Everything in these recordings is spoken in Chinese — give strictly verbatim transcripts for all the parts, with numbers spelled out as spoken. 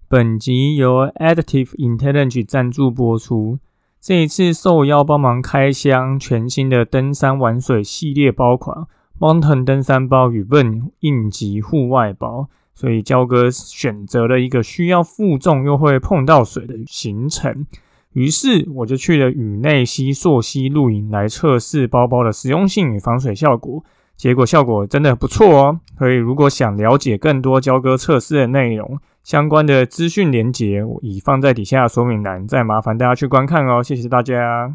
本集由 Additive Intelligence 赞助播出。这一次受邀帮忙开箱全新的登山玩水系列包款 Mountain 登山包与 Vern 应急护外包，所以焦哥选择了一个需要负重又会碰到水的行程。于是我就去了宇内溪溯溪露营来测试包包的实用性与防水效果，结果效果真的不错哦。所以如果想了解更多焦哥测试的内容，相关的资讯连结我已放在底下的说明栏，再麻烦大家去观看哦，谢谢大家。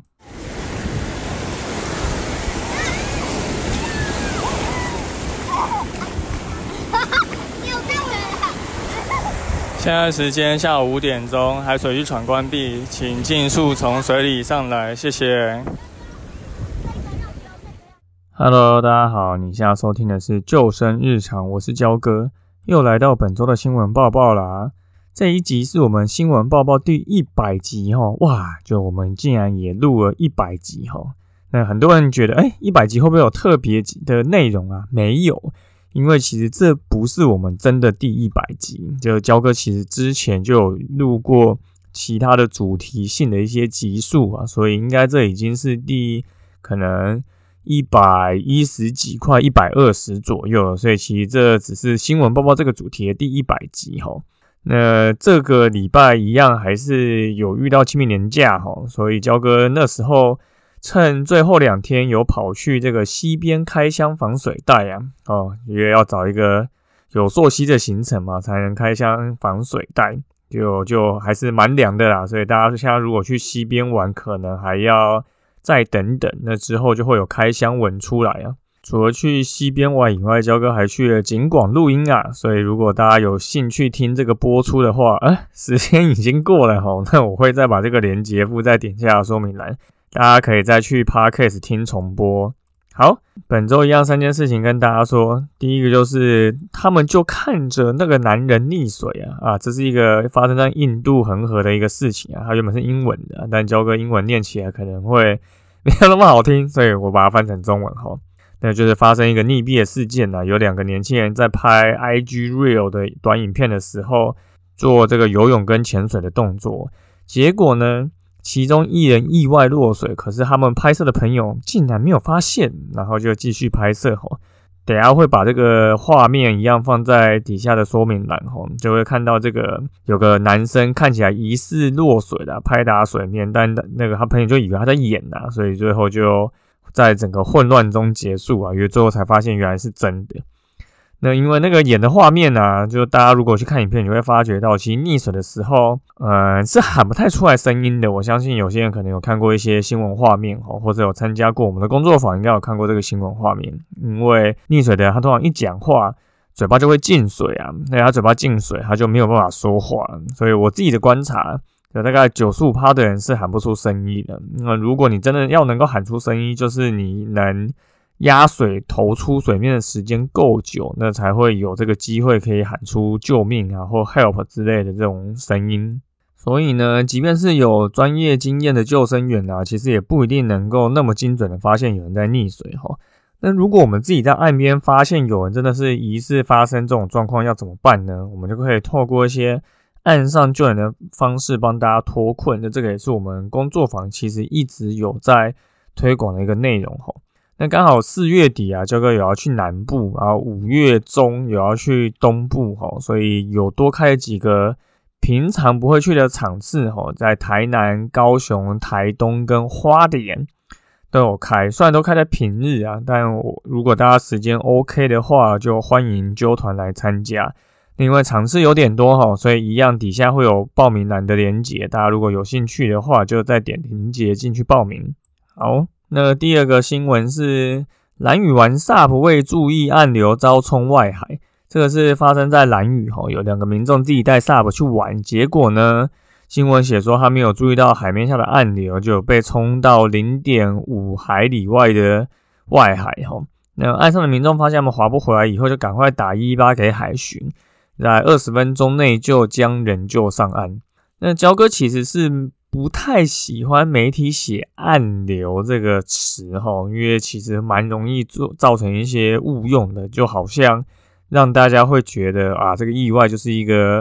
现在时间下午五点钟，海水浴场关闭，请尽速从水里上来，谢谢。Hello， 大家好，你现在收听的是救生日常，我是焦哥。又来到本周的新闻报报啦，这一集是我们新闻报报第一百集齁，哇，就我们竟然也录了一百集齁。那很多人觉得，哎，一百集会不会有特别的内容啊？没有，因为其实这不是我们真的第一百集，就焦哥其实之前就有录过其他的主题性的一些集数啊，所以应该这已经是第可能一百一十几块一百二十左右，所以其实这只是新闻报报这个主题的第一百集齁。那这个礼拜一样还是有遇到清明连假齁，所以焦哥那时候趁最后两天有跑去这个溪边开箱防水袋啊，哦，因为要找一个有溯溪的行程嘛，才能开箱防水袋，就就还是蛮凉的啦，所以大家现在如果去溪边玩，可能还要再等等，那之后就会有开箱文出来啊。除了去溪边玩以外，焦哥还去了景广录音啊，所以如果大家有兴趣听这个播出的话，呃，时间已经过了齁，那我会再把这个连结附在点下的说明栏，大家可以再去 Podcast 听重播。好，本周一样三件事情跟大家说，第一个就是他们就看着那个男人溺水啊，啊，这是一个发生在印度恒河的一个事情啊，它原本是英文的，但焦哥英文念起来可能会没有那么好听，所以我把它翻成中文齁。那就是发生一个溺毙的事件啊，有两个年轻人在拍 I G Reel 的短影片的时候，做这个游泳跟潜水的动作，结果呢，其中一人意外落水，可是他们拍摄的朋友竟然没有发现，然后就继续拍摄齁。等一下会把这个画面一样放在底下的说明栏齁，就会看到这个有个男生看起来疑似落水的拍打水面，但那个他朋友就以为他在演啊，所以最后就在整个混乱中结束啊，因为最后才发现原来是真的。那因为那个演的画面啊，就大家如果去看影片，你会发觉到，其实溺水的时候，呃，是喊不太出来声音的。我相信有些人可能有看过一些新闻画面或者有参加过我们的工作坊，应该有看过这个新闻画面。因为溺水的人他通常一讲话，嘴巴就会进水啊，那他嘴巴进水，他就没有办法说话。所以我自己的观察，有大概 百分之九十五 的人是喊不出声音的。那如果你真的要能够喊出声音，就是你能压水投出水面的时间够久，那才会有这个机会可以喊出救命啊或 help 之类的这种声音。所以呢，即便是有专业经验的救生员啊，其实也不一定能够那么精准的发现有人在溺水齁。那如果我们自己在岸边发现有人真的是疑似发生这种状况，要怎么办呢？我们就可以透过一些岸上救人的方式帮大家脱困。那这个也是我们工作坊其实一直有在推广的一个内容齁。那刚好四月底啊，焦哥有要去南部，然后五月中有要去东部齁，所以有多开几个平常不会去的场次齁，在台南、高雄、台东跟花莲都有开，虽然都开在平日啊，但我如果大家时间 OK 的话，就欢迎揪团来参加。因为场次有点多齁，所以一样底下会有报名栏的连结，大家如果有兴趣的话，就再点连结进去报名。好。那第二个新闻是兰屿玩 S U P 未注意暗流遭冲外海，这个是发生在兰屿齁，有两个民众自己带 S U P 去玩，结果呢，新闻写说他没有注意到海面下的暗流，就被冲到 零点五海里外的外海齁。那岸上的民众发现他们划不回来以后，就赶快打一一八给海巡，在二十分钟内就将人救上岸。那焦哥其实是不太喜欢媒体写暗流这个词齁，因为其实蛮容易做造成一些误用的，就好像让大家会觉得啊，这个意外就是一个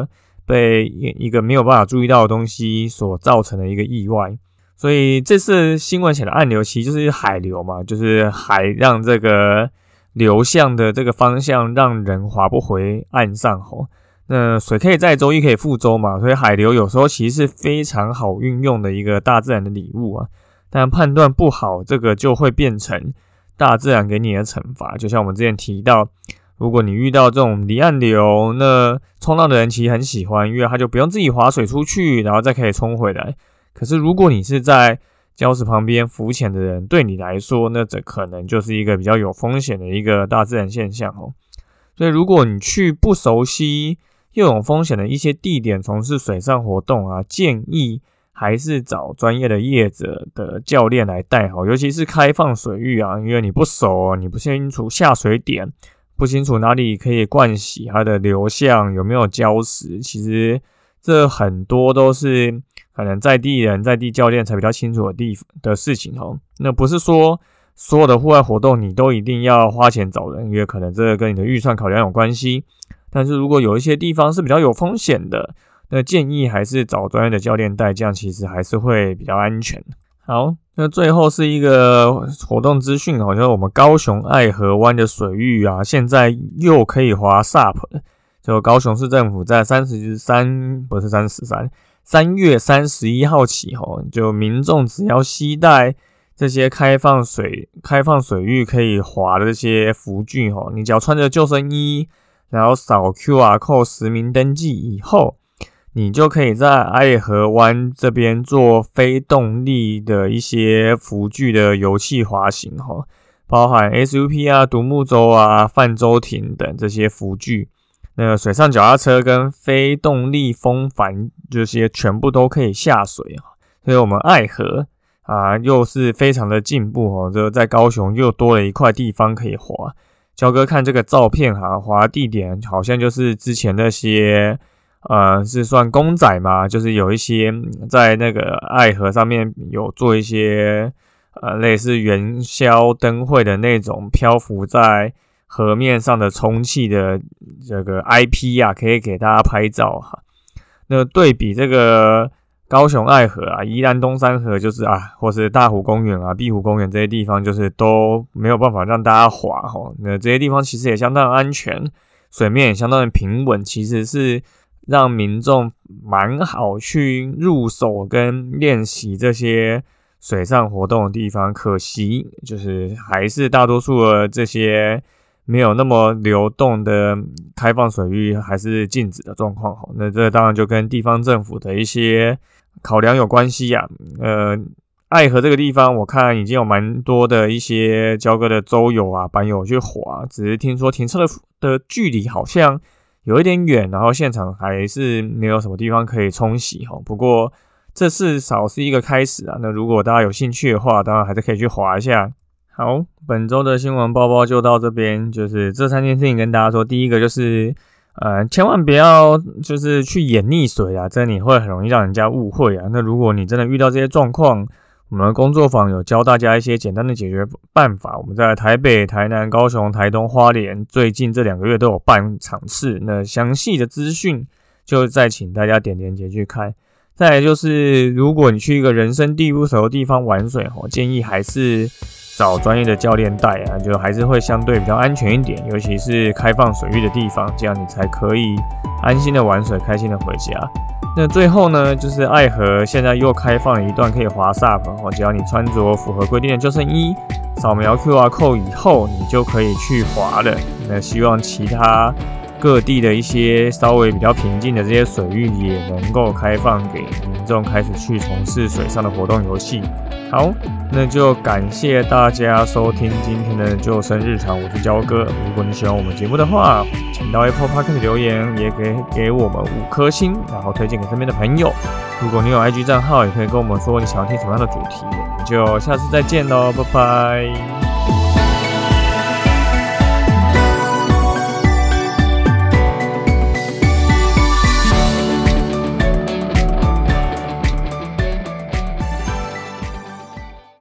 被一个没有办法注意到的东西所造成的一个意外。所以这次新闻写的暗流其实就是海流嘛，就是海让这个流向的这个方向让人划不回岸上吼。那水可以载舟，亦可以覆舟嘛，所以海流有时候其实是非常好运用的一个大自然的礼物啊。但判断不好，这个就会变成大自然给你的惩罚。就像我们之前提到，如果你遇到这种离岸流，那冲浪的人其实很喜欢，因为他就不用自己划水出去，然后再可以冲回来。可是如果你是在礁石旁边浮潜的人，对你来说，那这可能就是一个比较有风险的一个大自然现象哦。所以如果你去不熟悉又有风险的一些地点从事水上活动啊，建议还是找专业的业者的教练来带好，尤其是开放水域啊，因为你不熟，你不清楚下水点，不清楚哪里可以灌洗，它的流向有没有礁石，其实这很多都是可能在地人、在地教练才比较清楚的地的事情哦。那不是说所有的户外活动你都一定要花钱找人，因为可能这个跟你的预算考量有关系。但是如果有一些地方是比较有风险的，那建议还是找专业的教练带，这样其实还是会比较安全。好，那最后是一个活动资讯，好像我们高雄爱河湾的水域啊，现在又可以滑 S U P 了。就高雄市政府在三十三不是三十三三月三十一号起吼，就民众只要携带这些开放水开放水域可以滑的这些浮具吼，你只要穿着救生衣，然后扫 Q R code 实名登记以后，你就可以在爱河湾这边做非动力的一些浮具的游憩滑行齁，包含 S U P 啊、独木舟啊、泛舟艇等这些浮具。那水上脚踏车跟非动力风帆这些全部都可以下水，所以我们爱河啊又是非常的进步齁，就在高雄又多了一块地方可以滑。焦哥看这个照片哈，滑地点好像就是之前那些呃是算公仔嘛，就是有一些在那个爱河上面有做一些呃类似元宵灯会的那种漂浮在河面上的充气的这个 I P 啊，可以给大家拍照哈。那对比这个高雄爱河啊、宜兰东山河就是啊，或是大湖公园啊、碧湖公园这些地方，就是都没有办法让大家滑齁。那这些地方其实也相当安全，水面也相当的平稳，其实是让民众蛮好去入手跟练习这些水上活动的地方。可惜就是还是大多数的这些没有那么流动的开放水域还是禁止的状况齁。那这当然就跟地方政府的一些考量有关系啊。呃，爱河这个地方我看已经有蛮多的一些交割的舟友啊、板友去滑，只是听说停车的的距离好像有一点远，然后现场还是没有什么地方可以冲洗齁。不过这至少是一个开始啊，那如果大家有兴趣的话，当然还是可以去滑一下。好，本周的新闻报报就到这边，就是这三件事情跟大家说。第一个就是呃，千万不要就是去演溺水啊，这你会很容易让人家误会啊。那如果你真的遇到这些状况，我们的工作坊有教大家一些简单的解决办法。我们在台北、台南、高雄、台东、花莲最近这两个月都有办场次，那详细的资讯就再请大家点连结去看。再来就是，如果你去一个人生地不熟的地方玩水，我建议还是找专业的教练带啊，就还是会相对比较安全一点，尤其是开放水域的地方，这样你才可以安心的玩水，开心的回家。那最后呢，就是爱河现在又开放了一段可以滑 S U P， 只要你穿着符合规定的救生衣，扫描 Q R code 以后，你就可以去滑了。那希望其他各地的一些稍微比较平静的这些水域也能够开放给民众开始去从事水上的活动游戏。好，那就感谢大家收听今天的救生日常，我是焦哥。如果你喜欢我们节目的话，请到 Apple Podcast 留言，也给给我们五颗星，然后推荐给身边的朋友。如果你有 I G 账号，也可以跟我们说你想要听什么样的主题。我们就下次再见咯，拜拜。